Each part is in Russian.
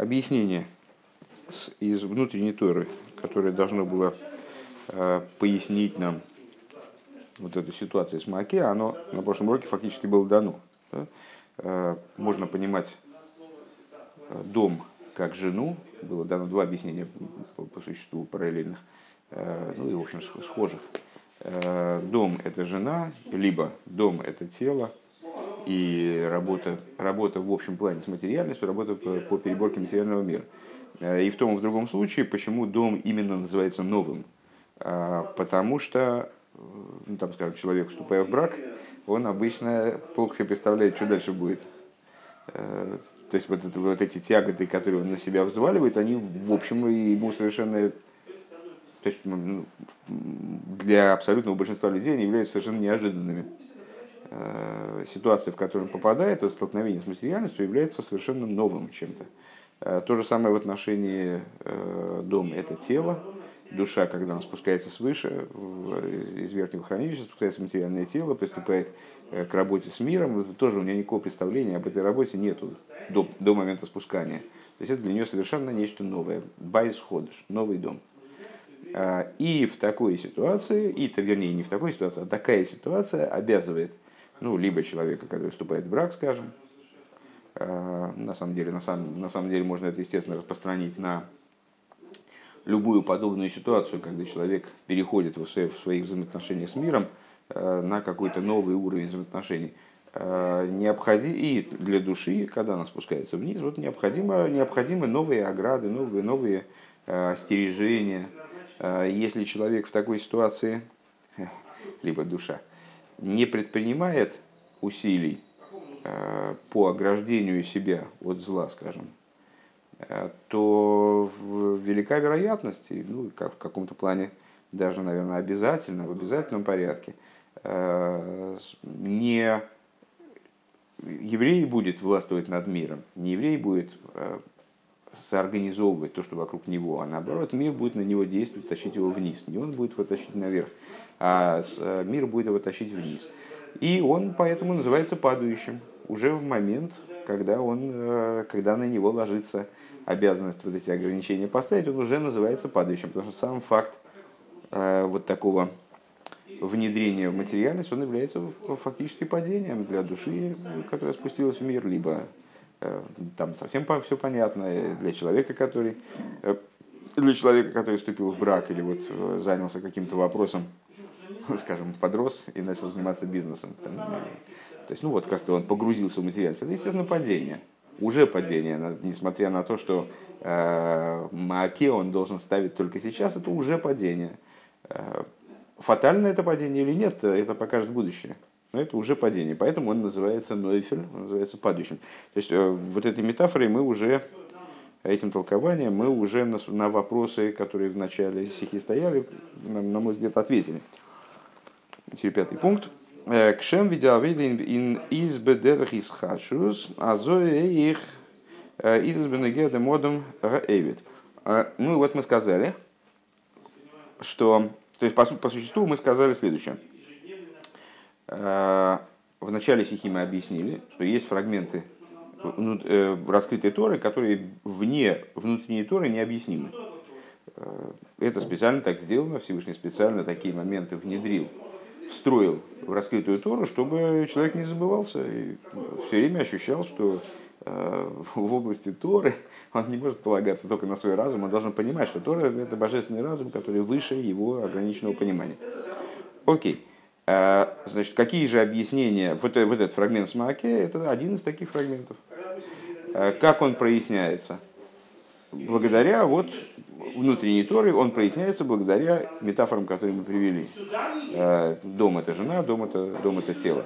Объяснение из внутренней Торы, которое должно было пояснить нам вот эту ситуацию с Мааке, оно на прошлом уроке фактически было дано. Да? Можно понимать дом как жену, было дано два объяснения по существу параллельных, ну и в общем схожих. Дом – это жена, либо дом – это тело, и работа в общем плане с материальностью, работа по переборке материального мира. И в том и в другом случае, почему дом именно называется новым? Потому что, ну, там, скажем, человек, вступая в брак, он обычно плохо себе представляет, что дальше будет. То есть вот эти тяготы, которые он на себя взваливает, они, в общем, ему совершенно... То есть для абсолютного большинства людей они являются совершенно неожиданными. Ситуация, в которую он попадает, то столкновение с материальностью, является совершенно новым чем-то. То же самое в отношении дома – это тело. Душа, когда она спускается свыше, из верхнего хранилища, спускается в материальное тело, приступает к работе с миром, тоже у нее никакого представления об этой работе нету до момента спускания. То есть это для нее совершенно нечто новое. Байс ходыш, новый дом. И в такой ситуации, вернее, не в такой ситуации, а такая ситуация обязывает, ну, либо человека, который вступает в брак, скажем, на самом деле можно это, естественно, распространить на любую подобную ситуацию, когда человек переходит в своих взаимоотношениях с миром на какой-то новый уровень взаимоотношений. И для души, когда она спускается вниз, вот необходимы новые ограды, новые остережения. Если человек в такой ситуации, либо душа, не предпринимает усилий по ограждению себя от зла, скажем, то велика вероятность, ну, как в каком-то плане даже, наверное, в обязательном порядке, не еврей будет властвовать над миром, не еврей будет соорганизовывать то, что вокруг него, а наоборот, мир будет на него действовать, тащить его вниз. Не он будет его тащить наверх, а мир будет его тащить вниз. И он поэтому называется падающим уже в момент, когда на него ложится обязанность вот эти ограничения поставить, он уже называется падающим, потому что сам факт вот такого внедрения в материальность, он является фактически падением для души, которая спустилась в мир, либо там совсем все понятно для человека, который вступил в брак или вот занялся каким-то вопросом, скажем, подрос и начал заниматься бизнесом. То есть, ну вот как-то он погрузился в материальность. Это, естественно, падение. Уже падение, несмотря на то, что Мааке он должен ставить только сейчас, это уже падение. Фатально это падение или нет, это покажет будущее. Но это уже падение. Поэтому он называется нойфель, он называется падающим. То есть вот этой метафорой этим толкованием мы уже на вопросы, которые в начале стихи стояли, на мой взгляд, ответили. Теперь пятый пункт. Кшем видеовиден из бедерах из хашус, а зоe их из бенегеда модом эвид. Ну вот мы сказали, что, то есть по существу мы сказали следующее. В начале стихи мы объяснили, что есть фрагменты раскрытой Торы, которые вне внутренней Торы необъяснимы. Это специально так сделано, Всевышний специально такие моменты встроил в раскрытую Тору, чтобы человек не забывался и все время ощущал, что в области Торы он не может полагаться только на свой разум, он должен понимать, что Тора – это божественный разум, который выше его ограниченного понимания. Окей. Значит, какие же объяснения? Вот этот фрагмент с Мааке – это один из таких фрагментов. Как он проясняется? Благодаря вот внутренней Торы он проясняется благодаря метафорам, которые мы привели. Дом – это жена, дом – это тело.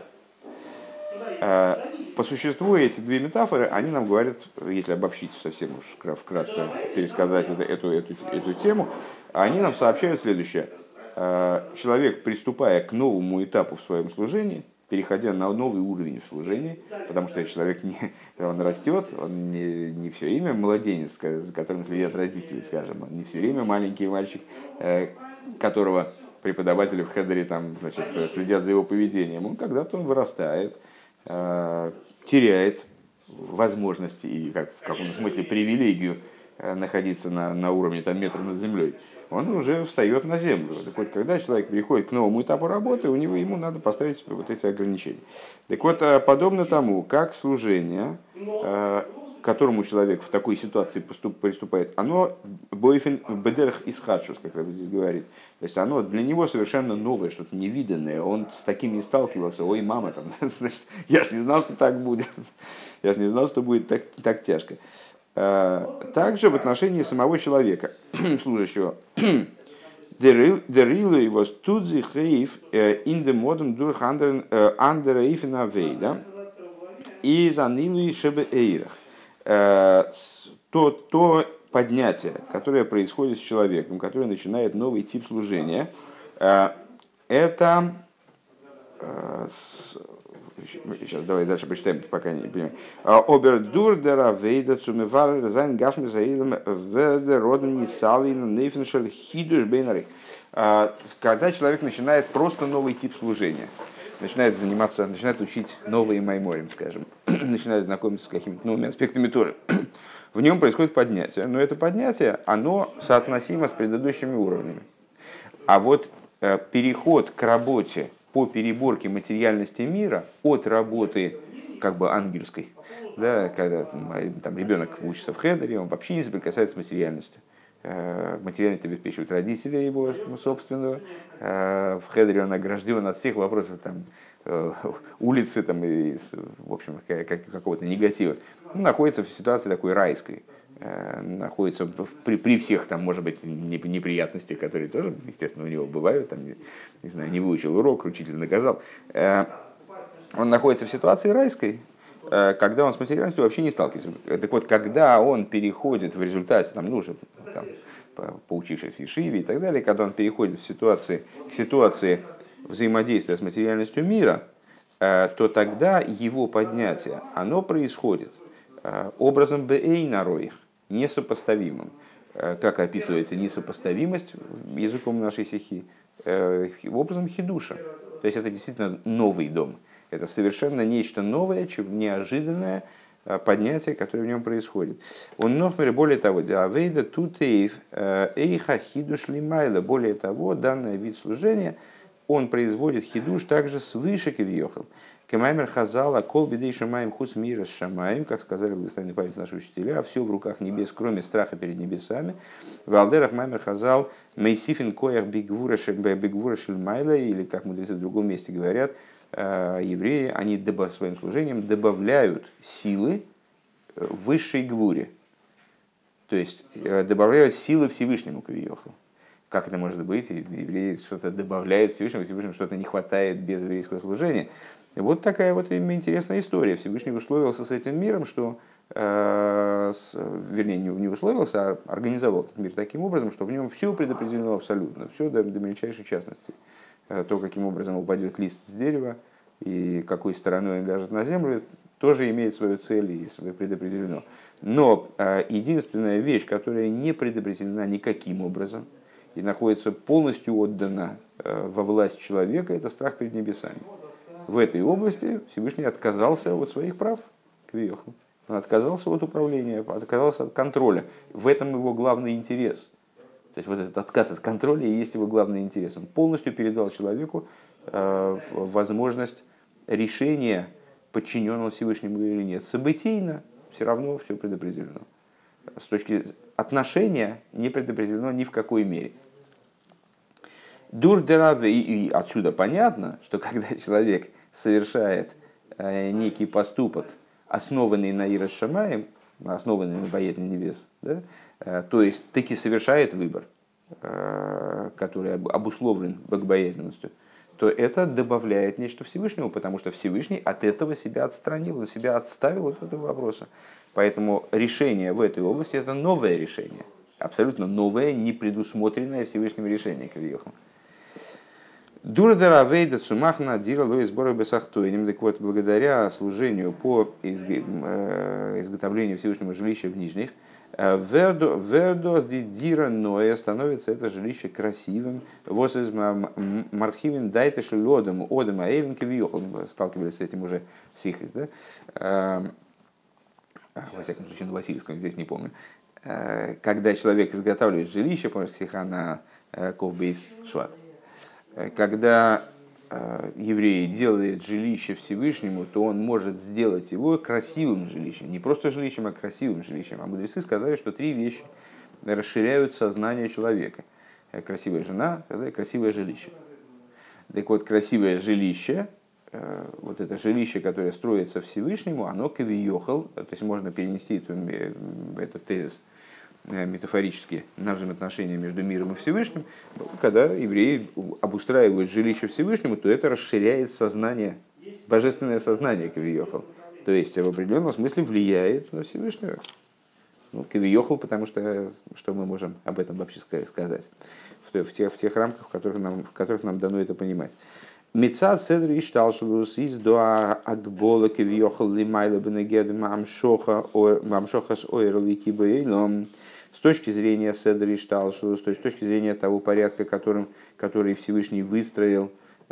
По существу эти две метафоры, они нам говорят, если обобщить совсем уж вкратце, пересказать эту тему, они нам сообщают следующее. Человек, приступая к новому этапу в своем служении, переходя на новый уровень в служении, потому что человек он растет, он не все время младенец, за которым следят родители, скажем, он не все время маленький мальчик, которого преподаватели в хедере там, следят за его поведением. Когда-то он вырастает, теряет возможность и как, в каком смысле привилегию находиться на уровне там, метра над землей, он уже встает на землю. Так вот, когда человек переходит к новому этапу работы, ему надо поставить вот эти ограничения. Так вот, подобно тому, как служение, к которому человек в такой ситуации приступает, оно бойфен бедерх исхадшус, как Рабби здесь говорит. То есть оно для него совершенно новое, что-то невиданное. Он с таким не сталкивался. Ой, мама, там, значит, я же не знал, что так будет. Я же не знал, что будет так тяжко. Также в отношении самого человека, служащего. Дерилу was tut sich reif in dem Modem durch andere Eifena Veda и занилу шебе эйрах. То поднятие, которое происходит с человеком, которое начинает новый тип служения, это... Сейчас давай дальше почитаем, пока не понимаю. Обердур дера вейда цумевар зайн гашми заилем веде роден нисалин нейфеншель хидуш бейнарик. Когда человек начинает просто новый тип служения, начинает заниматься, начинает учить новые майморим, скажем, начинает знакомиться с какими-то новыми аспектами Торы, в нем происходит поднятие. Но это поднятие, оно соотносимо с предыдущими уровнями. А вот переход к работе по переборке материальности мира от работы как бы ангельской, да, когда там ребенок учится в хедере, он вообще не соприкасается с материальностью. Материальность обеспечивает родители его собственного. В хедере он огражден от всех вопросов там, улицы там, и, в общем, какого-то негатива. Он находится в ситуации такой райской. Находится при всех, там, может быть, неприятностях, которые тоже, естественно, у него бывают, там, не знаю, не выучил урок, учитель наказал. Он находится в ситуации райской, когда он с материальностью вообще не сталкивается. Так вот, когда он переходит в результате, там, ну, уже там, поучившись в Ешиве и так далее, когда он переходит к ситуации взаимодействия с материальностью мира, то тогда его поднятие, оно происходит образом бэйнароих, несопоставимым. Как описывается несопоставимость языком нашей сихи? Образом хидуша. То есть это действительно новый дом. Это совершенно нечто новое, неожиданное поднятие, которое в нем происходит. Он нохмер, более того, диавейда тутеев эйха хидуш лимайла. Более того, данный вид служения, он производит хидуш также свыше кивьехал. Кемаймер хазала кол бедей шамаем хус мира с шамаем, как сказали в благословенной памяти наши учителя, все в руках небес, кроме страха перед небесами. Валдерах маймер хазал мейсифин коях бигвура шельмайла, или как мудрецы в другом месте говорят, евреи, они своим служением добавляют силы высшей гвуре. То есть добавляют силы Всевышнему кавиоху. Как это может быть? Евреи что-то добавляют Всевышнему, Всевышнему что-то не хватает без еврейского служения. Вот такая вот интересная история. Всевышний условился с этим миром, что, вернее, не условился, а организовал этот мир таким образом, что в нем все предопределено абсолютно, все до мельчайшей частности. То, каким образом упадет лист с дерева и какой стороной он ляжет на землю, тоже имеет свою цель и предопределено. Но единственная вещь, которая не предопределена никаким образом и находится полностью отдана во власть человека, это страх перед небесами. В этой области Всевышний отказался от своих прав, квиоху. Он отказался от управления, отказался от контроля. В этом его главный интерес. То есть вот этот отказ от контроля и есть его главный интерес. Он полностью передал человеку возможность решения, подчиненного Всевышнему или нет. Событийно все равно все предопределено. С точки отношения не предопределено ни в какой мере. И отсюда понятно, что когда человек совершает некий поступок, основанный на Ирас Шамаим, основанный на боязни небес, да, то есть таки совершает выбор, который обусловлен богобоязненностью, то это добавляет нечто Всевышнему, потому что Всевышний от этого себя отстранил, он себя отставил от этого вопроса. Поэтому решение в этой области – это новое решение, абсолютно новое, не предусмотренное Всевышним решение, кавиоху. Дурадара вейда цумахна дира лоис бора бесахтойним. Так вот, благодаря служению по изготовлению Всевышнего жилища в нижних, вердос дира ноя становится это жилище красивым. Вот из мархивин дайте шелодом одем аэлен кавиохл. Сталкивались с этим уже в Сихрис, да? во всяком случае на Васильевском, здесь не помню, когда человек изготавливает жилище, помнишь, стиха на Ковбейс Шват, когда еврей делает жилище Всевышнему, то он может сделать его красивым жилищем. Не просто жилищем, а красивым жилищем. А мудрецы сказали, что три вещи расширяют сознание человека. Красивая жена, красивое жилище. Так вот, красивое жилище, вот это жилище, которое строится Всевышнему, оно кавиохал, то есть можно перенести этот тезис метафорически на взаимоотношения между миром и Всевышним. Когда евреи обустраивают жилище Всевышнему, то это расширяет сознание, божественное сознание кавиохал. То есть в определенном смысле влияет на Всевышнего. Кавиохал, потому что мы можем об этом вообще сказать в тех рамках, в которых нам дано это понимать. Мецад седр и шталшулус из до агбола кавиохал лимайла бенегед мамшоха с ойрли кибейлом. С точки зрения седр и шталшулус, то есть с точки зрения того порядка, который Всевышний выстроил,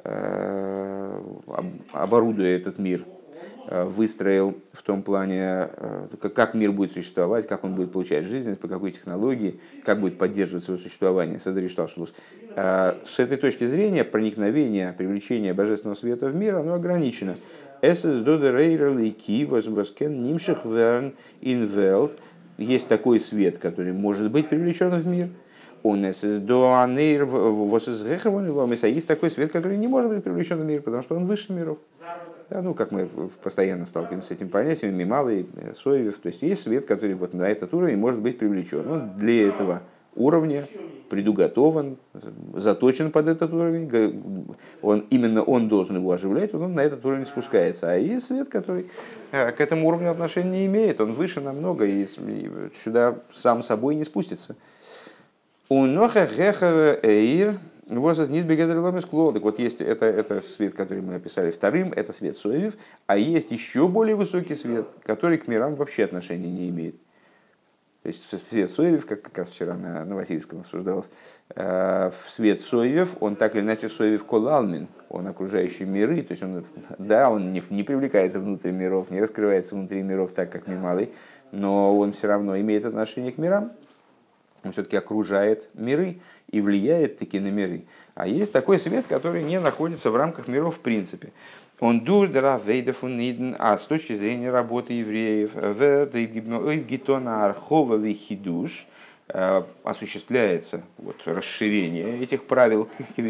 оборудуя этот мир, выстроил в том плане, как мир будет существовать, как он будет получать жизненность, по какой технологии, как будет поддерживать свое существование. С этой точки зрения проникновение, привлечение божественного света в мир, оно ограничено. Есть такой свет, который может быть привлечен в мир. А есть такой свет, который не может быть привлечен в мир, потому что он выше миров. Да, как мы постоянно сталкиваемся с этим понятием, мималы, соевев. То есть свет, который вот на этот уровень может быть привлечен. Он для этого уровня предуготован, заточен под этот уровень. Именно он должен его оживлять, вот он на этот уровень спускается. А есть свет, который к этому уровню отношения не имеет. Он выше намного и сюда сам собой не спустится. У ноха гехер эйр. Так вот, есть это свет, который мы описали вторым, это свет соевев, а есть еще более высокий свет, который к мирам вообще отношения не имеет. То есть свет соевев, как раз вчера на Васильевском обсуждалось, свет соевев, он так или иначе соевев колалмин, он окружающий миры, то есть он не привлекается внутрь миров, не раскрывается внутри миров так, как мималый, но он все равно имеет отношение к мирам. Он все-таки окружает миры и влияет таки на миры. А есть такой свет, который не находится в рамках миров в принципе. Он дурдера вейдефуниден, а с точки зрения работы евреев, хидуш осуществляется расширение этих правил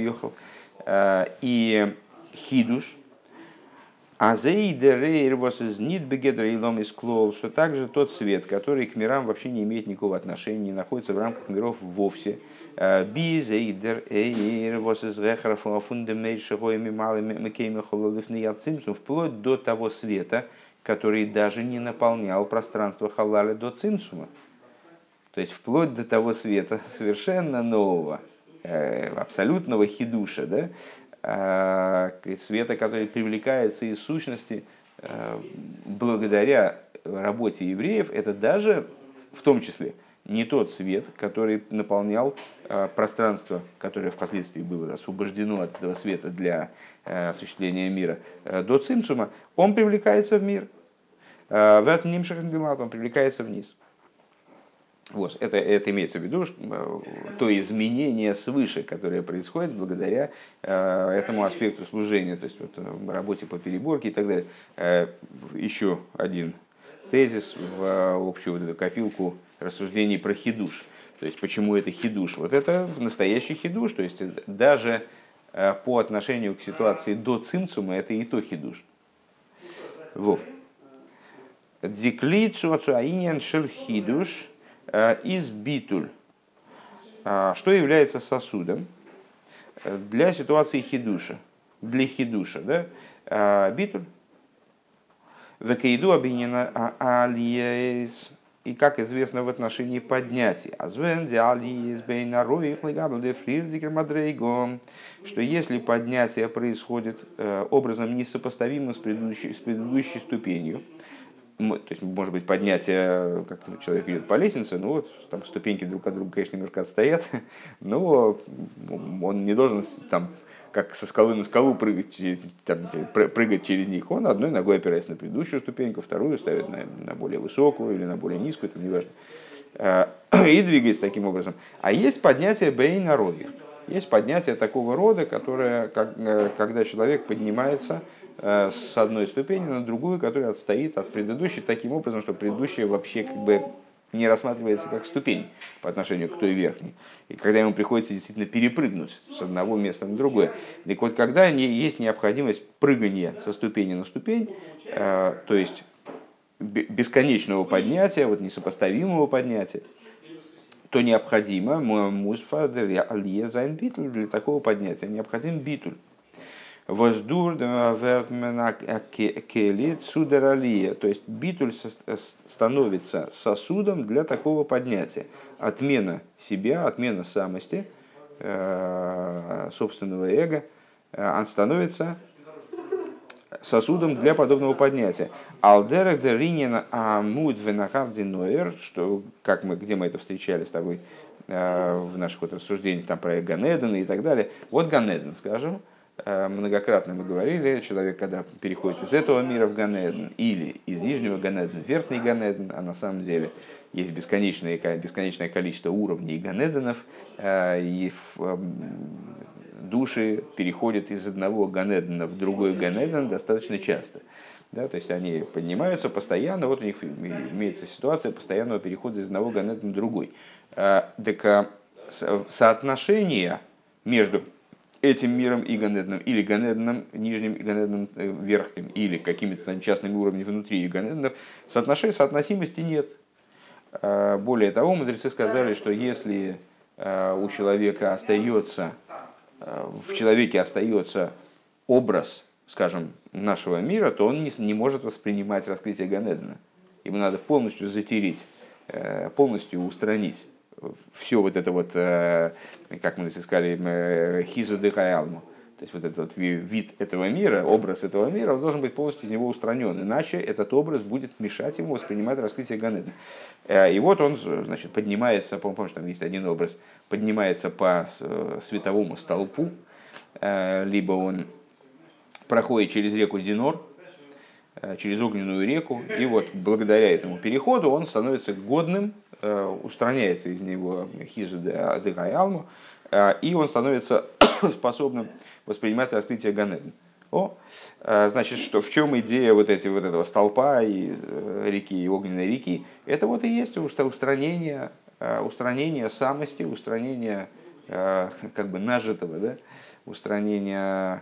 и хидуш. А зейдерейр вас из нит бегедра и лом из клол, что также тот свет, который к мирам вообще не имеет никакого отношения, не находится в рамках миров вовсе. Бизейдер эйр вас из рехаров фундамейшегоями малыми макейми хололифны яцинцу, вплоть до того света, который даже не наполнял пространство халаля до цинцума. То есть вплоть до того света совершенно нового, абсолютного хидуша, да? Света, который привлекается из сущности благодаря работе евреев, это даже в том числе не тот свет, который наполнял пространство, которое впоследствии было освобождено от этого света для осуществления мира до цимцума, он привлекается в мир. В этом он привлекается вниз. Вот, это имеется в виду то изменение свыше, которое происходит благодаря этому аспекту служения, то есть работе по переборке и так далее. Еще один тезис в общую копилку рассуждений про хидуш. То есть почему это хидуш? Вот это настоящий хидуш, то есть даже по отношению к ситуации до цимцума это и то хидуш. Вов. Дзиклицу ацуаиньян шель хидуш из битуль, что является сосудом для ситуации хидуша, для хидуша, да? Битуль, векейду объединена алиес, и как известно в отношении поднятия, азвенди алиес бейнароих легабл фрирдикер мадрейго, что если поднятие происходит образом несопоставимым с предыдущей ступенью, то есть, может быть, поднятие, как человек идет по лестнице, ну вот, там ступеньки друг от друга, конечно, немножко отстоят, но он не должен там, как со скалы на скалу прыгать, там, прыгать через них. Он одной ногой опирается на предыдущую ступеньку, вторую ставит на более высокую или на более низкую, это не важно. И двигается таким образом. А есть поднятие бейн народих. Есть поднятие такого рода, которое, когда человек поднимается с одной ступени на другую, которая отстоит от предыдущей, таким образом, что предыдущая вообще как бы не рассматривается как ступень по отношению к той верхней. И когда ему приходится действительно перепрыгнуть с одного места на другое. Так вот, когда есть необходимость прыгания со ступени на ступень, то есть бесконечного поднятия, вот несопоставимого поднятия, то необходимо мусфардер алия зайн битуль, для такого поднятия необходим битуль. Воздур вертмена келит сударалия, то есть битуль становится сосудом для такого поднятия. Отмена себя, отмена самости, собственного эго, он становится сосудом для подобного поднятия. Алдерах де ринен амуд венахардиноер, что где мы это встречали с тобой в наших вот рассуждениях там про Ганеден и так далее. Вот Ганеден, скажем, многократно мы говорили, человек, когда переходит из этого мира в Ганеден или из нижнего Ганедена в верхний Ганеден, а на самом деле есть бесконечное количество уровней Ганеденов, и души переходят из одного Ганедена в другой Ганеден достаточно часто. Да, то есть они поднимаются постоянно, вот у них имеется ситуация постоянного перехода из одного Ганедена в другой. Так соотношение между этим миром и Ганеденом, или Ганеденом нижним и Ганеденом верхним, или какими-то там частными уровнями внутри Ганеденов, соотносимости нет. Более того, мудрецы сказали, что если у человека в человеке остается образ, скажем, нашего мира, то он не может воспринимать раскрытие Ганедена. Ему надо полностью затереть, полностью устранить все вот это вот, как мы сказали, хизу дехаялму. То есть вот этот вот вид этого мира, образ этого мира, он должен быть полностью из него устранен. Иначе этот образ будет мешать ему воспринимать раскрытие Ганедена. И вот он, значит, поднимается, помнишь, там есть один образ, поднимается по световому столпу, либо он проходит через реку Динор, через огненную реку, и вот благодаря этому переходу он становится годным, устраняется из него хизу дехаялму, и он становится способным воспринимать раскрытие Ганедена. Значит, что в чем идея вот этого столпа и реки, и огненной реки? Это вот и есть устранение самости, устранение как бы нажитого, да? устранение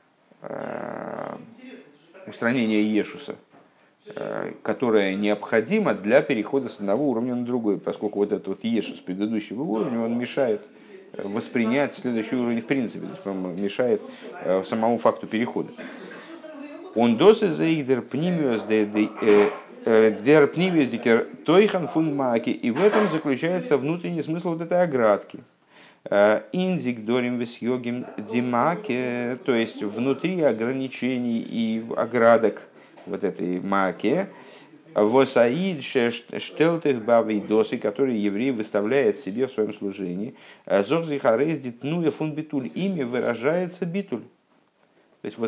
Ешуса, которое необходимо для перехода с одного уровня на другой, поскольку вот этот вот Ешус предыдущего уровня, он мешает воспринять следующий уровень в принципе, то есть он мешает самому факту перехода. Он досы заигдер пнимиус дер пнимиус дикер тойхан фундмаки, и в этом заключается внутренний смысл вот этой оградки. Индик дорим вес йогим димаке, то есть внутри ограничений и оградок вот этой маке, восаид штелтых бавейдосы, которые еврей выставляет себе в своем служении, зохзихарез дитнуя фун битуль, ими выражается битуль. То есть вот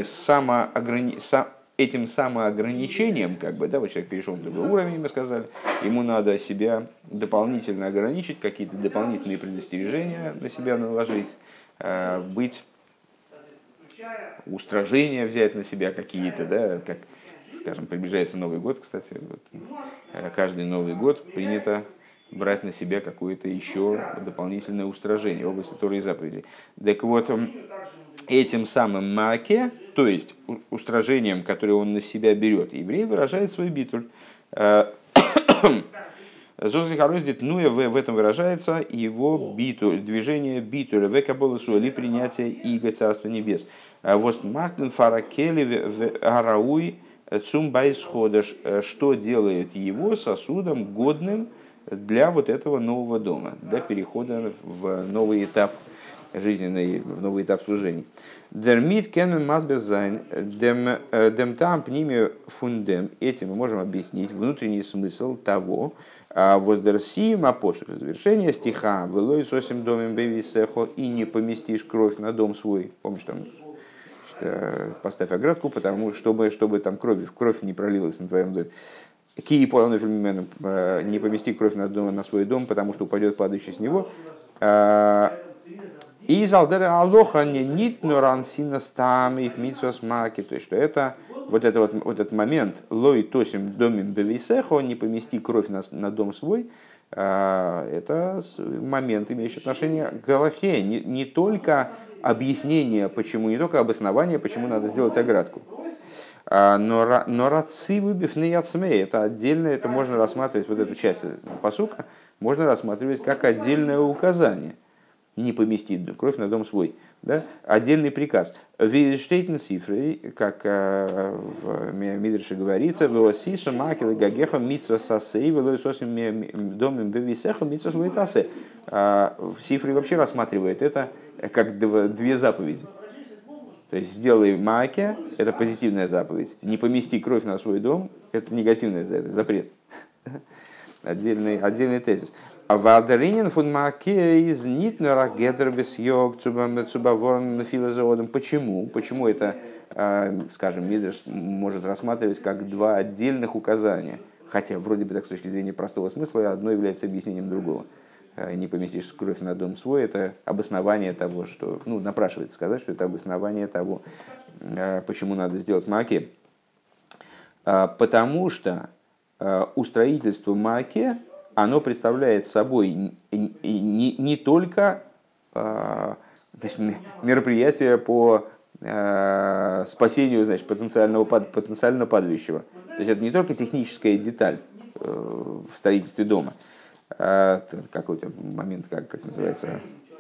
этим самоограничением, как бы, да, вот человек перешел на другой уровень, мы сказали, ему надо себя дополнительно ограничить, какие-то дополнительные предостережения на себя наложить, устражения взять на себя какие-то, да, как, скажем, приближается Новый год, кстати, вот, каждый Новый год принято брать на себя какое-то еще дополнительное устражение в области Торы и заповедей. Так вот, этим самым маке, то есть устражением, которое он на себя берет, еврей выражает свой битуль. Зозихароздит, ну и в этом выражается его битуль, движение битуля, векаболосу, или принятие иго Царства Небес. Вост мартен фаракели арауй цумбайсходаш, что делает его сосудом годным для вот этого нового дома, для перехода в новый этап жизненный, в новый этап служения. Дермит кенмен масбер зайн дем там пними фундем. Этим мы можем объяснить внутренний смысл того, воздерсием апостол, завершение стиха «Велой сосим домем бевисехо» и не поместишь кровь на дом свой. Помнишь, там поставь оградку, потому чтобы там кровь не пролилась на твоем доме. Кии полоной фельменом, не помести кровь на свой дом, потому что упадет падающий с него. И залдера алоха не нит норан сина стами в митсвас маки, то есть что это вот этот момент лой тосим домим бевисехо, не помести кровь на дом свой, это момент, имеющий отношение к галахе, не только объяснение, почему, не только обоснование, почему надо сделать оградку. Но рацивы бифны яцмей, это отдельно, это можно рассматривать, вот эту часть пасука, можно рассматривать как отдельное указание. Не поместить кровь на дом свой. Да? Отдельный приказ. Вейштейтен сифрей, как в Мидрше говорится, «Веосиса макелы гагеха митсва сасей, велоисосим домим бевисеха митсва слуэтасе». В сифре вообще рассматривает это как две заповеди. То есть сделай маке, это позитивная заповедь. Не помести кровь на свой дом, это негативный запрет. Отдельный тезис. Валдеринин фун маке из нитнера гедер бесьёг цубаворн филозоодом. Почему? Почему это, скажем, Мидраш может рассматривать как два отдельных указания? Хотя, вроде бы так, с точки зрения простого смысла, одно является объяснением другого. Не поместишь кровь на дом свой, это обоснование того, что, напрашивается сказать, что это обоснование того, почему надо сделать маке. Потому что устроительство маке, оно представляет собой не только мероприятие по спасению потенциально падающего. То есть это не только техническая деталь в строительстве дома. Какой-то момент, как называется...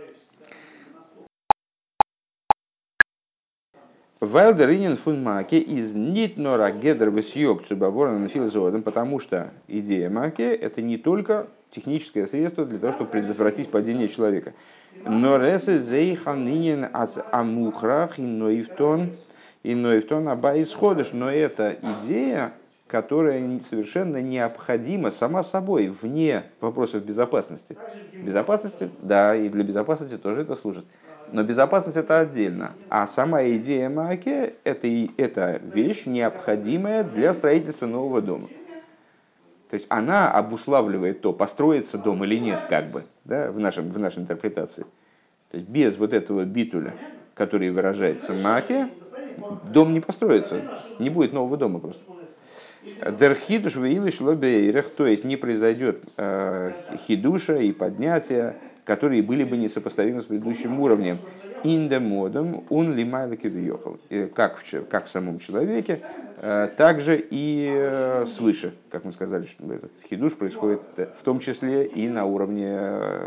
Вайлдеринин фун маке из нитнора гедер весьёг цубаворн филозоодом, потому что идея маке это не только техническое средство для того, чтобы предотвратить падение человека. Но ресы зейханинин аз амухрах и ноевтон аба исходыш. Но это идея, которая совершенно необходима сама собой, вне вопросов безопасности. Безопасности, да, и для безопасности тоже это служит. Но безопасность это отдельно. А сама идея мааке это вещь, необходимая для строительства нового дома. То есть она обуславливает то, построится дом или нет, как бы, да, в нашей интерпретации. То есть без вот этого битуля, который выражается мааке, дом не построится, не будет нового дома просто. Дерхидуш веилиш лобейрех, то есть не произойдет хидуша и поднятия, которые были бы несопоставимы с предыдущим уровнем. Индемодом он лимайлаки въехал. Как в самом человеке, так же и свыше. Как мы сказали, что этот хидуш происходит в том числе и на уровне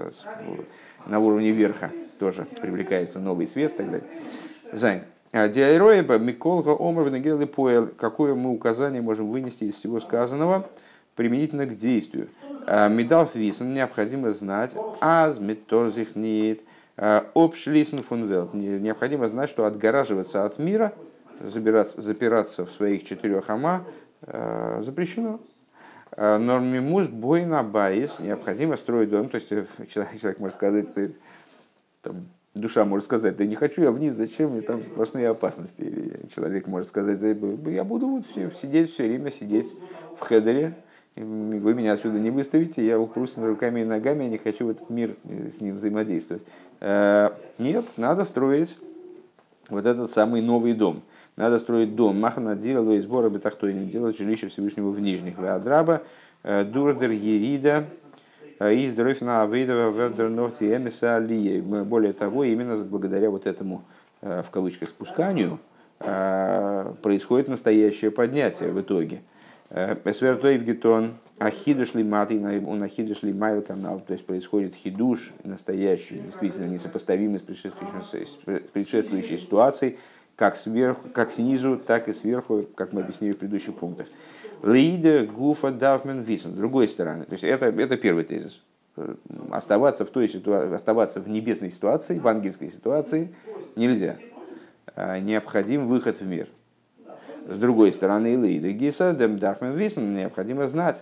верха. Тоже привлекается новый свет и так далее. Зайн. Диайроеба Миколга Омар Венегел и Поэл. Какое мы указание можем вынести из всего сказанного применительно к действию? Медалф Висен необходимо знать, аз меторзих нет, обшлисен фунвелт. Необходимо знать, что отгораживаться от мира, запираться в своих 4 ама запрещено. Нормимус бойна байс, необходимо строить дом. То есть человек может сказать, там, душа может сказать, да не хочу я вниз, зачем мне там сплошные опасности. Или человек может сказать, я буду сидеть все время, сидеть в хедере, вы меня отсюда не выставите, я упрусь руками и ногами, я не хочу в этот мир с ним взаимодействовать. Нет, надо строить вот этот самый новый дом. Надо строить дом. Махана диралу и сбора бетахтойни, делать жилище Всевышнего в нижних. Веадраба, дурдер ерида, и здоровья авейдова вердер ногти эмиса алией. Более того, именно благодаря вот этому, в кавычках, спусканию, происходит настоящее поднятие в итоге. Эсвертоевгетон, ахидуш ли маты, он ахидуш ли майл канал, то есть происходит хидуш настоящий, действительно несопоставимый с предшествующей ситуацией, как снизу, так и сверху, как мы объяснили в предыдущих пунктах. Лида гуфа давмен висен. С другой стороны, то есть это первый тезис. оставаться оставаться в небесной ситуации, в ангельской ситуации нельзя. Необходим выход в мир. С другой стороны, необходимо знать,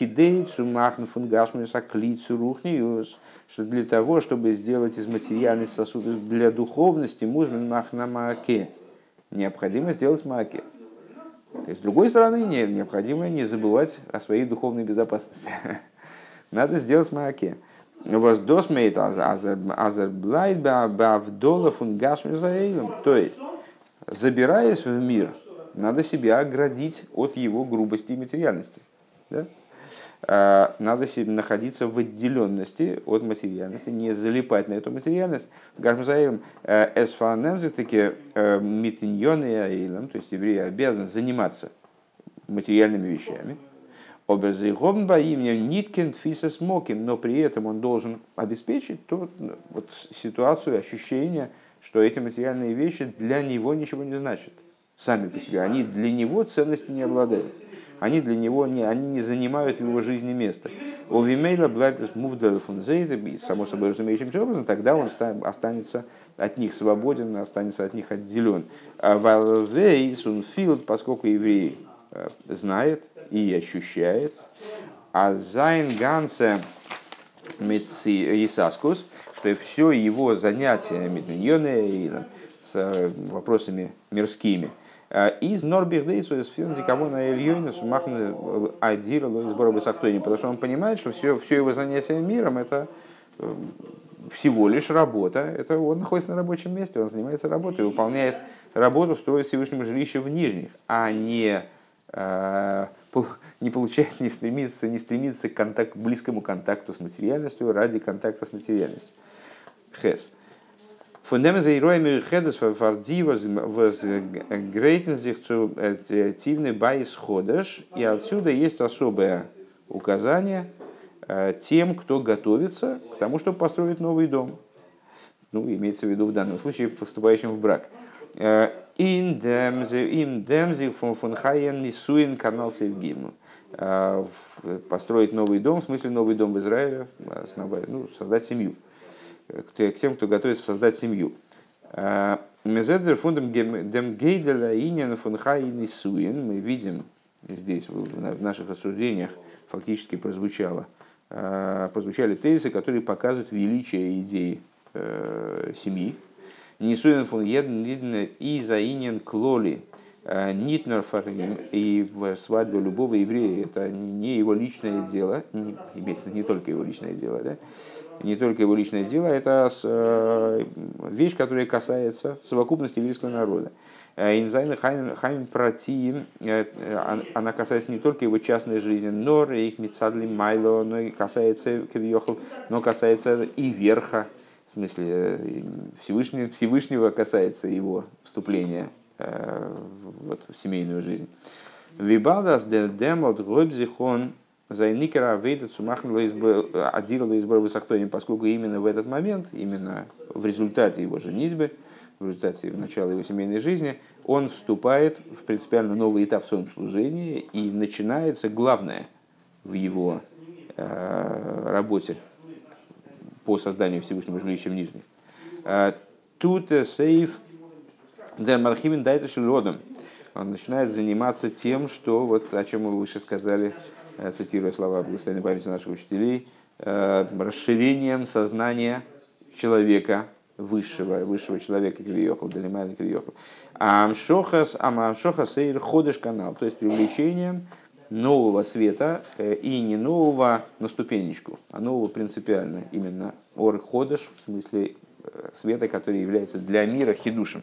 что для того, чтобы сделать из материальных сосудов для духовности, необходимо сделать мааке. То есть, с другой стороны, необходимо не забывать о своей духовной безопасности. Надо сделать мааке. То есть, забираясь в мир, надо себя оградить от его грубости и материальности. Да? Надо находиться в отделенности от материальности, не залипать на эту материальность. Гашмизаилом таки митиньоны аилом, то есть евреи обязаны заниматься материальными вещами. Но при этом он должен обеспечить ситуацию, ощущение, что эти материальные вещи для него ничего не значат. Сами по себе. Они для него ценности не обладают. Они для него они не занимают в его жизни места. Само собой разумеющимся образом, тогда он останется от них свободен, останется от них отделен. Поскольку еврей знает и ощущает, а зайн гансе исаскус, что все его занятия с вопросами мирскими, из Норбихдейсу из Филдикамона Ильёйна Сумахна Адиралу из Боробасактойни, потому что он понимает, что все его занятие миром это всего лишь работа, это он находится на рабочем месте, он занимается работой, выполняет работу, строит Всевышнему жилище в нижних, а не получает, не стремится к близкому контакту с материальностью ради контакта с материальностью. Хес. Фундамент Ироя Хедес Фарди возгрейтен zu тивный байс ходеш, и отсюда есть особое указание тем, кто готовится к тому, чтобы построить новый дом. Ну, имеется в виду в данном случае вступающим в брак. Им демзих фон хайен нисуин канал севгимну. Построить новый дом, в смысле новый дом в Израиле, создать семью. К тем, кто готовится создать семью. Мезедер фундам дем гейделя иньян фон хайен нисуин. Мы видим здесь в наших рассуждениях фактически прозвучали тезисы, которые показывают величие идеи семьи. Нисуин фон еден и заинен клоли нитнер фарим, и свадьба любого еврея это не его личное дело, имеется не только его личное дело, да? Не только его личное дело, это вещь, которая касается совокупности еврейского народа. Инзайн хайм протиим, она касается не только его частной жизни, но и их мицадли майло, но и касается кавиохал, но касается и верха, в смысле Всевышнего касается его вступления в семейную жизнь. Вибалдас демот гойбзихон зайникера вейдет сумахнло адирало избор высоктоним, поскольку именно в этот момент, именно в результате его женитьбы, в результате начала его семейной жизни, он вступает в принципиально новый этап в своем служении, и начинается главное в его работе по созданию Всевышнего жилища в нижних. Тут сейф дермархивен дайташилодом. Он начинает заниматься тем, что, вот, о чем мы выше сказали, цитируя слова благословенной памяти наших учителей, расширением сознания человека, высшего человека, кривиохал, далимайна кривиохал. Амшоха сейр ходыш канал, то есть привлечением нового света, и не нового на ступенечку, а нового принципиально, именно ор ходыш, в смысле света, который является для мира хидушем.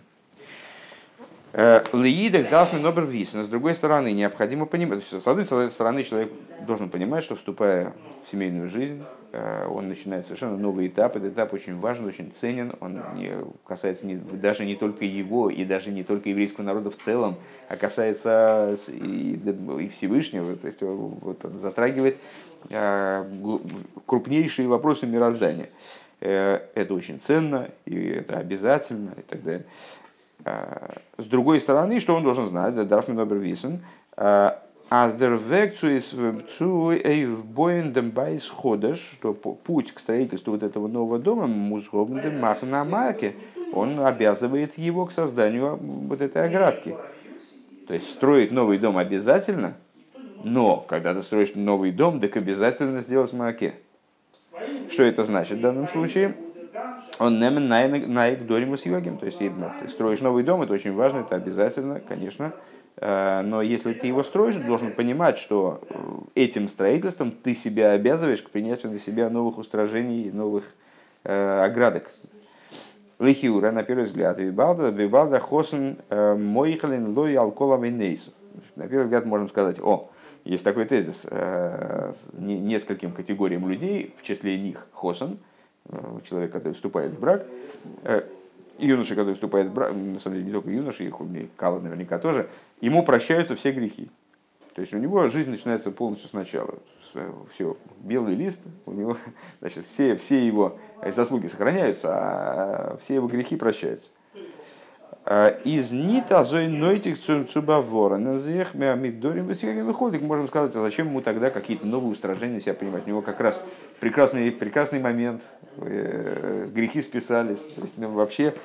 Леидах должен нобр висен. С другой стороны, необходимо понимать, с одной стороны, человек должен понимать, что, вступая в семейную жизнь, он начинает совершенно новый этап. Этот этап очень важен, очень ценен. Он касается даже не только его, и даже не только еврейского народа в целом, а касается и Всевышнего. То есть вот он затрагивает крупнейшие вопросы мироздания. Это очень ценно, и это обязательно, и так далее. С другой стороны, что он должен знать, Дарфмен Обервисен, Аздервек цу эйвбоиндем байс ходыш, что путь к строительству вот этого нового дома музгобндем махнамаке, он обязывает его к созданию вот этой оградки. То есть строить новый дом обязательно, но когда ты строишь новый дом, так обязательно сделать мааке. Что это значит в данном случае? Он немен наик доримус йогим. То есть, ты строишь новый дом, это очень важно, это обязательно, конечно. Но если ты его строишь, ты должен понимать, что этим строительством ты себя обязываешь к принятию на себя новых устражений, новых оградок. Лихиура, на первый взгляд, вибалда хосен моихалин лой алкола винейсу. На первый взгляд можем сказать, есть такой тезис, нескольким категориям людей, в числе них хосен, человек, который вступает в брак, юноша, который вступает в брак, на самом деле не только юноша, и Кала наверняка тоже, ему прощаются все грехи. То есть у него жизнь начинается полностью сначала. Все, белый лист, у него, значит, все его заслуги сохраняются, а все его грехи прощаются. Из нита зой нойтих цубавора назех мямидорим высеким выходит. Можем сказать, а зачем ему тогда какие-то новые устражения себя принимать? У него как раз прекрасный момент, грехи списались. То есть, вообще,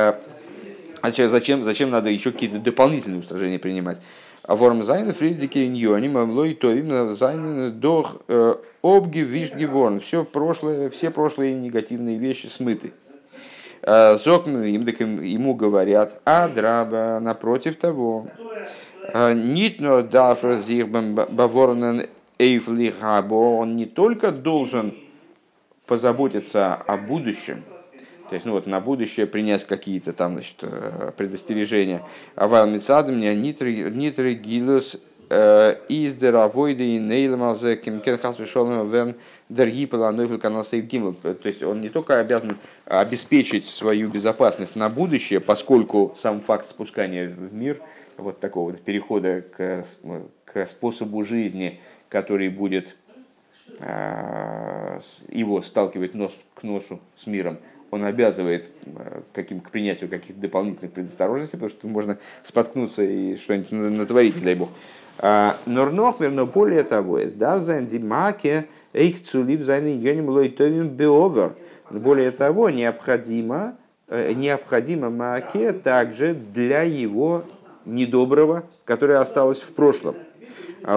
зачем надо еще какие-то дополнительные устражения принимать? А ворм зайны фридики ньони мамлой то именно зайны дох обги вишгиворн. Все прошлые негативные вещи смыты. Ему говорят, драба, напротив того, нитно дафр зирбам баворнен эйфлихабо, он не только должен позаботиться о будущем, то есть на будущее принять какие-то там, значит, предостережения, а валмицадом не нитры гилус из деравойды и нейлмазе кемкенхас вишолным вен дергипела нойфель канал сейф гимл. То есть он не только обязан обеспечить свою безопасность на будущее, поскольку сам факт спускания в мир, вот такого вот перехода к способу жизни, который будет его сталкивать нос к носу с миром, он обязывает к принятию каких-то дополнительных предосторожностей, потому что можно споткнуться и что-нибудь натворить, не дай бог. Норнохмер, но более того, более того, необходимо мааке также для его недоброго, которое осталось в прошлом. А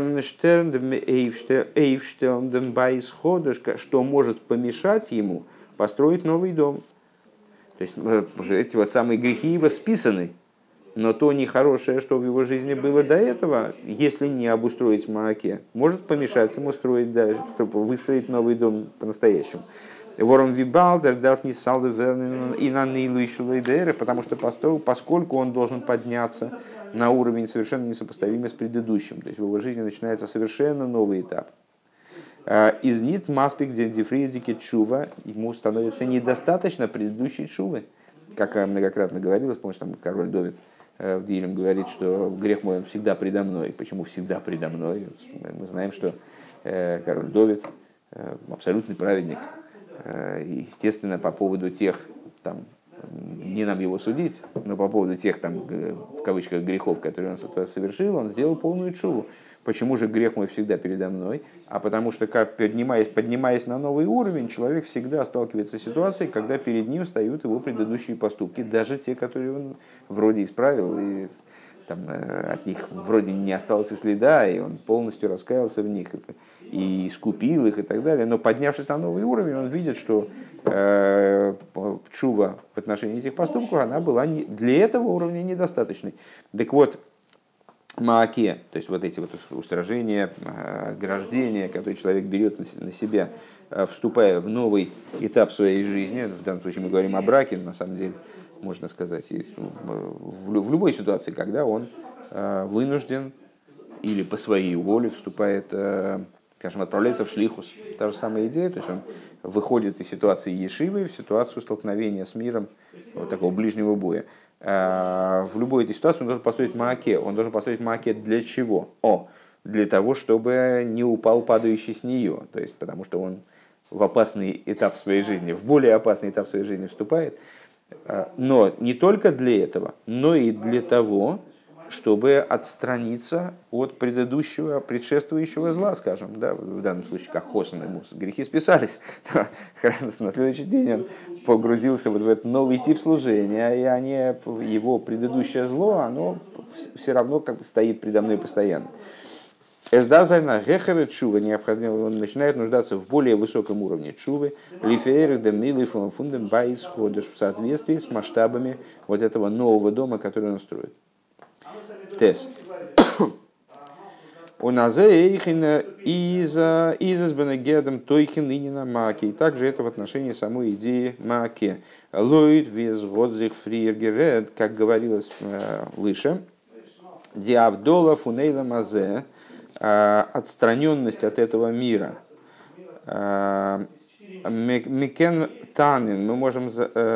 что может помешать ему построить новый дом. То есть эти вот самые грехи его списаны, но то нехорошее, что в его жизни было до этого, если не обустроить мааке, может помешать ему строить дальше, чтобы выстроить новый дом по-настоящему. Вором вибалдер дарф не салды вернен и на нилу и шулейдеры, потому что поскольку он должен подняться на уровень совершенно несопоставимый с предыдущим, то есть в его жизни начинается совершенно новый этап. Из нит маспик дендифридики чува, ему становится недостаточно предыдущей чувы. Как многократно говорилось, помнишь, там король Довид в Дилем говорит, что грех мой он всегда предо мной. Почему всегда предо мной? Мы знаем, что король Довид абсолютный праведник. Естественно, по поводу тех, там, не нам его судить, но по поводу тех, там, в кавычках, грехов, которые он совершил, он сделал полную чуву. Почему же грех мой всегда передо мной? А потому что, поднимаясь на новый уровень, человек всегда сталкивается с ситуацией, когда перед ним встают его предыдущие поступки, даже те, которые он вроде исправил, и там, от них вроде не осталось и следа, и он полностью раскаялся в них, и искупил их, и так далее. Но поднявшись на новый уровень, он видит, что чува в отношении этих поступков, она была для этого уровня недостаточной. Так вот, мааке, то есть вот эти вот устражения, ограждения, которые человек берет на себя, вступая в новый этап своей жизни, в данном случае мы говорим о браке, на самом деле, можно сказать, в любой ситуации, когда он вынужден или по своей воле вступает, скажем, отправляется в шлихус. Та же самая идея, то есть он выходит из ситуации ешивы в ситуацию столкновения с миром, вот такого ближнего боя. В любой этой ситуации он должен построить мааке. Он должен построить мааке для чего? Для того, чтобы не упал падающий с нее. То есть, потому что он в опасный этап своей жизни, в более опасный этап своей жизни вступает. Но не только для этого, но и для того, чтобы отстраниться от предыдущего, предшествующего зла, скажем, да, в данном случае, как Хосан, ему грехи списались, то на следующий день он погрузился вот в этот новый тип служения, и его предыдущее зло, оно все равно как бы стоит предо мной постоянно. Эсдазайна гехеры чува необходимо, он начинает нуждаться в более высоком уровне чувы, лифейры да милы фундам байсходыш в соответствии с масштабами вот этого нового дома, который он строит. Тес. У назейхина изас бенегедом тойхин инина маки. Также это в отношении самой идеи маки. Лойд вез годзих фриергерет, как говорилось выше, диавдола фунейла мазе, отстраненность от этого мира. Микен танин, мы можем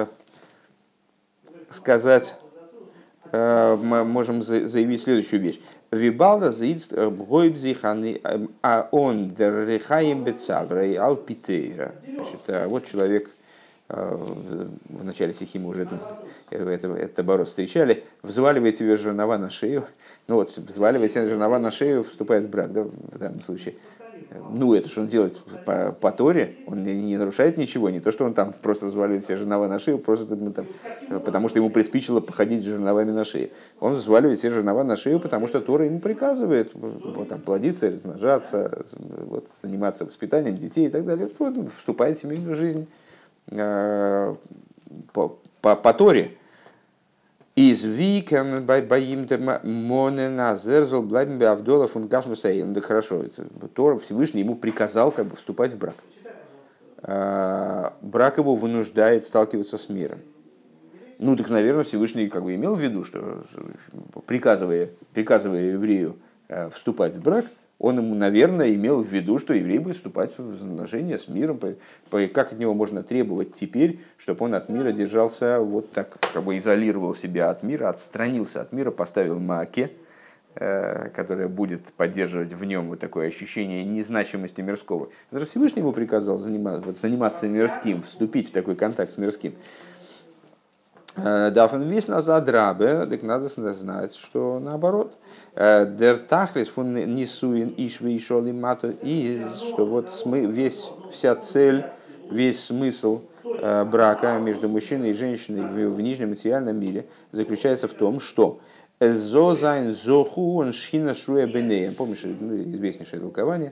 сказать, мы можем заявить следующую вещь. Вибалда заидст гойбзиханы он деррехаем бецаврей алпитейра. Вот человек, в начале стихи мы уже это оборот встречали, взваливает себе жернова на шею. Ну вот, взваливает себе жернова на шею, вступает в брак, да, в данном случае. Ну, это что он делает по Торе, он не нарушает ничего, не то, что он там просто взваливает себе жернова на шею, просто там, потому что ему приспичило походить с жерновами на шее. Он взваливает себе жернова на шею, потому что Тора ему приказывает вот, там, плодиться, размножаться, вот, заниматься воспитанием детей и так далее. Вот, вступает в семейную жизнь по Торе. Из викен боим монена зерзол блайм беавдола фун гашмусаин. Да хорошо, Тора Всевышний ему приказал как бы вступать в брак. Брак его вынуждает сталкиваться с миром. Ну так, наверное, Всевышний как бы имел в виду, что приказывая еврею вступать в брак, он ему, наверное, имел в виду, что еврей будет вступать в отношения с миром. Как от него можно требовать теперь, чтобы он от мира держался вот так, как бы изолировал себя от мира, отстранился от мира, поставил мааке, которая будет поддерживать в нем вот такое ощущение незначимости мирского. Даже Всевышний ему приказал заниматься мирским, вступить в такой контакт с мирским. Дафен вис назад рабе, так надо знать, что наоборот. Дер тахлис фун нисуин ишве ишоли мато из, что вот вся цель, весь смысл брака между мужчиной и женщиной в нижнем материальном мире заключается в том, что зозайн зоху он шхина шуя бенеем. Помнишь, известнейшее толкование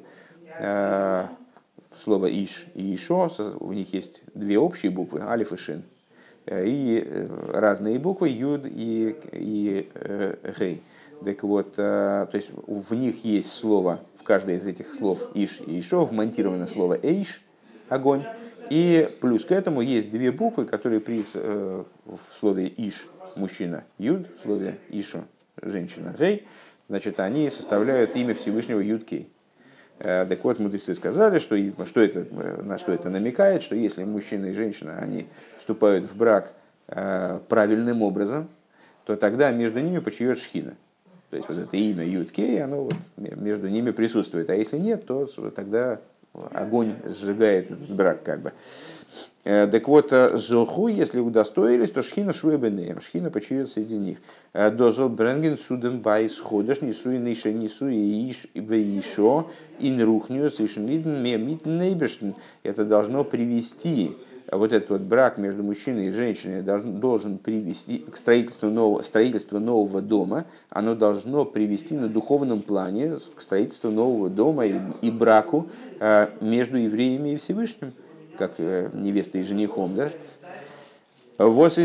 слова иш и ишо, у них есть две общие буквы, алиф и шин, и разные буквы, юд и гей. Так вот, то есть в них есть слово, в каждой из этих слов иш и ишо вмонтировано слово эйш, огонь, и плюс к этому есть две буквы, которые в слове иш мужчина юд, в слове ишо женщина гей, значит, они составляют имя Всевышнего Юд-Кей. Так вот, мудрецы сказали, на что это намекает, что если мужчина и женщина они вступают в брак правильным образом, то тогда между ними почиет шхина. То есть вот это имя Юд-Кей, оно вот между ними присутствует. А если нет, то тогда огонь сжигает этот брак как бы. Так вот, зоху, если удостоились, то шхина шуэбенеем, шхина почиет среди них. Дозол бренген судем байс ходыш, несуи ниша, несуи иш веишо, ин рухню, свишенлиден, мемит нейбештен. Это должно привести, вот этот вот брак между мужчиной и женщиной должен привести к строительству нового дома, оно должно привести на духовном плане к строительству нового дома и браку между евреями и Всевышним, как невестой и женихом, да? В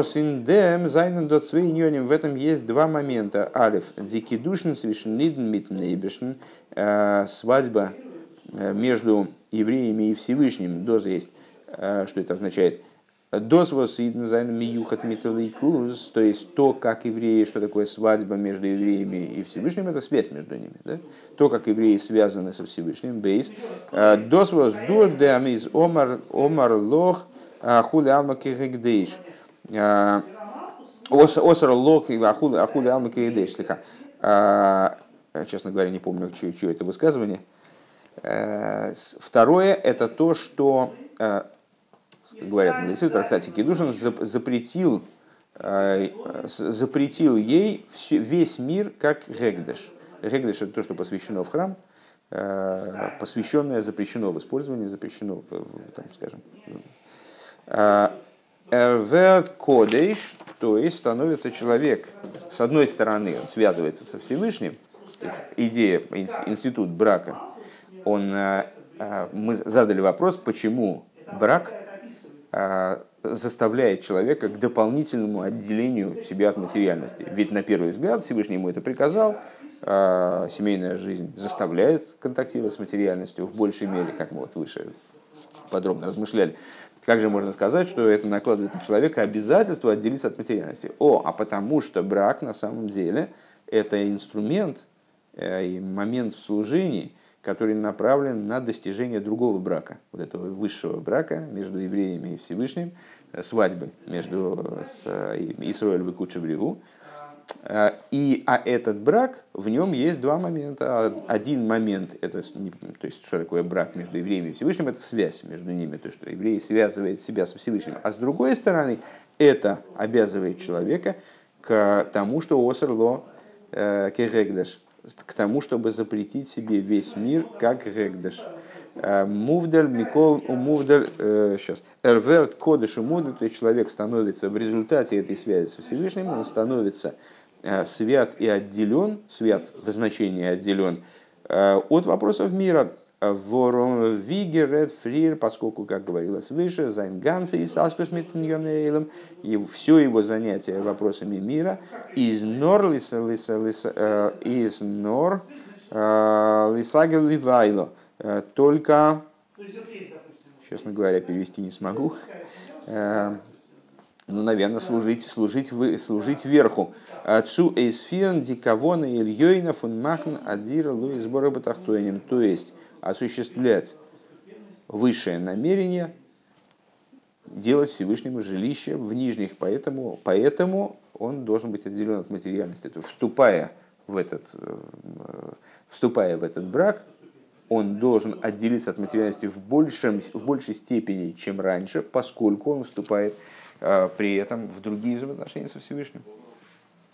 этом есть два момента. Алиф, дикидушн свишенлиден митнейбешн, свадьба между евреями и Всевышним. Доза есть. Что это означает? Доз восидн зайн миюхат миталейкуз, то есть то, как евреи, что такое свадьба между евреями и Всевышним, это связь между ними. Да? То, как евреи связаны со Всевышним, бейс. Доз вос дурдам из омар лох хули алма кигдейш. Осар лох и хули алма кигдейш. Честно говоря, не помню, чье это высказывание. Второе, это то, что говорят мудрецы в трактате Кидушин, запретил запретил ей весь мир как гекдеш. Гекдеш — это то, что посвящено в храм, посвященное запрещено в использовании, запрещено, там, скажем, эрверт кодейш, то есть становится человек, с одной стороны, он связывается со Всевышним, идея, институт брака, мы задали вопрос, почему брак заставляет человека к дополнительному отделению себя от материальности. Ведь на первый взгляд Всевышний ему это приказал, семейная жизнь заставляет контактировать с материальностью в большей мере, как мы вот выше подробно размышляли. Как же можно сказать, что это накладывает на человека обязательство отделиться от материальности? А потому что брак на самом деле это инструмент и момент в служении, который направлен на достижение другого брака, вот этого высшего брака между евреями и Всевышним, свадьбы между Исроэль и Кудшебригу. А этот брак, в нем есть два момента. Один момент, это, то есть, что такое брак между евреями и Всевышним, это связь между ними, то, что еврей связывает себя со Всевышним. А с другой стороны, это обязывает человека к тому, что осерло кегегдаш, к тому, чтобы запретить себе весь мир как гегдаш. Мувдаль, Микол, Мувдаль, сейчас, Эрверт, Кодыш и Мувдаль, то есть человек становится в результате этой связи со Всевышним, он становится свят и отделен, свят в значении отделен от вопросов мира. Ворон Вигерет Фрир, поскольку, как говорилось выше, Зайнганцы и Саскус Митньонейлом, и все его занятие вопросами мира, из Нор Лисагел Ливайло. Только, честно говоря, перевести не смогу. Наверное, служить верху. Отцу эйсфирн дикавона ильёйна фун махн адзира луис борабатахтойним. То есть осуществлять высшее намерение делать Всевышнему жилище в нижних. Поэтому он должен быть отделен от материальности. То есть, вступая в этот брак, он должен отделиться от материальности в большей степени, чем раньше, поскольку он вступает при этом в другие взаимоотношения со Всевышним.